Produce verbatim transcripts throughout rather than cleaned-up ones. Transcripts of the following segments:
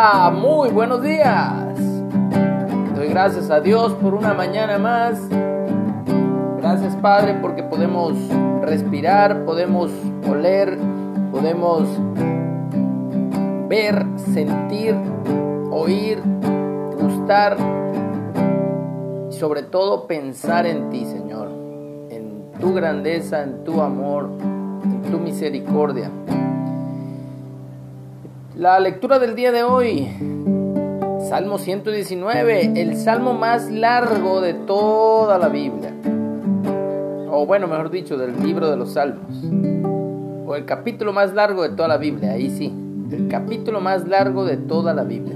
Hola, muy buenos días. Doy gracias a Dios por una mañana más. Gracias, Padre, porque podemos respirar, podemos oler, podemos ver, sentir, oír, gustar y sobre todo pensar en ti, Señor, en tu grandeza, en tu amor, en tu misericordia. La lectura del día de hoy, Salmo ciento diecinueve, el salmo más largo de toda la Biblia, o bueno, mejor dicho, del libro de los Salmos, o el capítulo más largo de toda la Biblia, ahí sí, el capítulo más largo de toda la Biblia,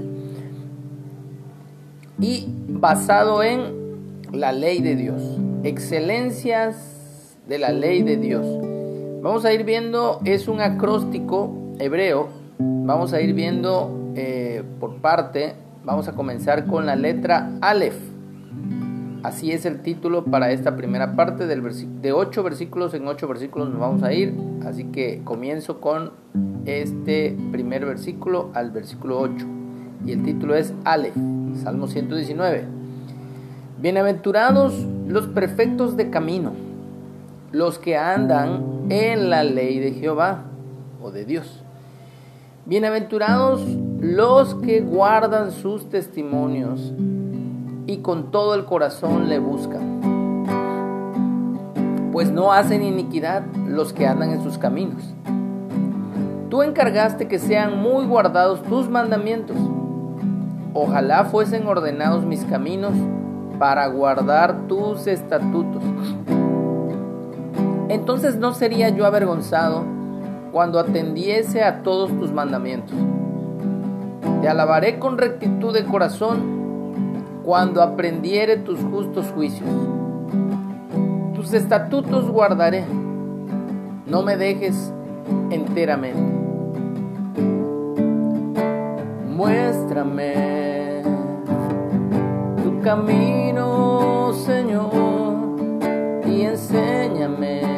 y basado en la ley de Dios, excelencias de la ley de Dios. Vamos a ir viendo, es un acróstico hebreo. Vamos a ir viendo eh, por parte. Vamos a comenzar con la letra Aleph. Así es el título para esta primera parte del versi- de ocho versículos. En ocho versículos nos vamos a ir. Así que comienzo con este primer versículo al versículo ocho. Y el título es Aleph, Salmo ciento diecinueve. Bienaventurados los perfectos de camino, los que andan en la ley de Jehová o de Dios. Bienaventurados los que guardan sus testimonios y con todo el corazón le buscan, pues no hacen iniquidad los que andan en sus caminos. Tú encargaste que sean muy guardados tus mandamientos. Ojalá fuesen ordenados mis caminos para guardar tus estatutos. Entonces no sería yo avergonzado cuando atendiese a todos tus mandamientos. Te alabaré con rectitud de corazón cuando aprendiere tus justos juicios. Tus estatutos guardaré, no me dejes enteramente. Muéstrame tu camino, Señor, y enséñame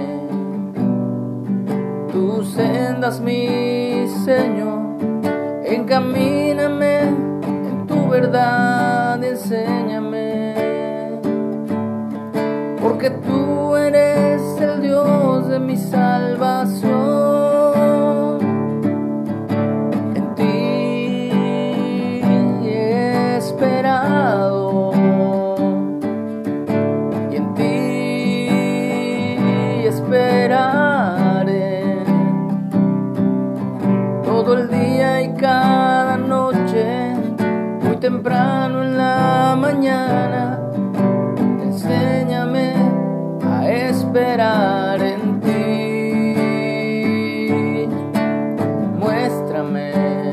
tus sendas, mi Señor. Encamíname en tu verdad, enséñame, porque tú eres el Dios de mi salvación. En ti he esperado y en ti esperaré todo el día y cada noche, muy temprano en la mañana. Enséñame a esperar en ti. Muéstrame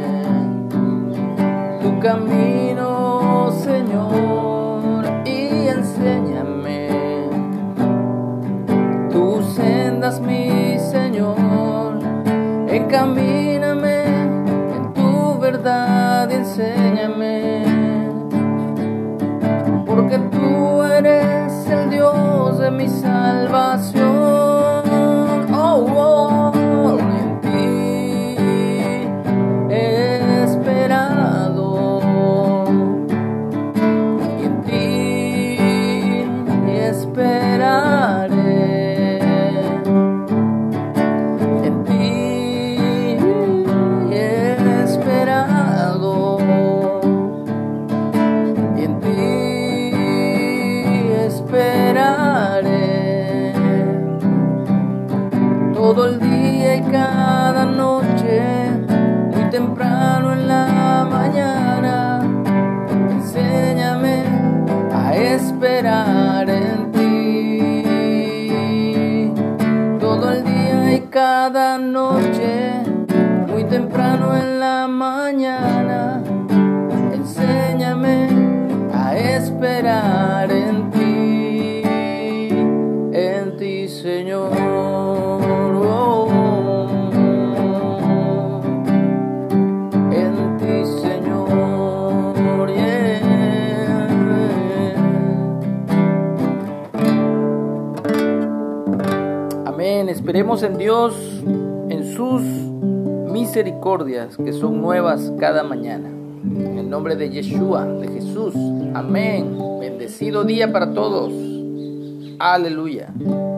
tu camino, Señor, y enséñame tus sendas, mi Señor. Encamíname en tu verdad y enséñame, porque tú eres el Dios de mi salvación. Oh, oh, en ti he esperado y en ti esperaré. Esperaré todo el día y cada noche, muy temprano en la mañana. Enséñame a esperar en ti. Todo el día y cada noche, muy temprano en la mañana. Enséñame a esperar en ti. Señor, oh, en ti, Señor, yeah. Amén. Esperemos en Dios, en sus misericordias que son nuevas cada mañana. En el nombre de Yeshua, de Jesús. Amén. Bendecido día para todos. Aleluya.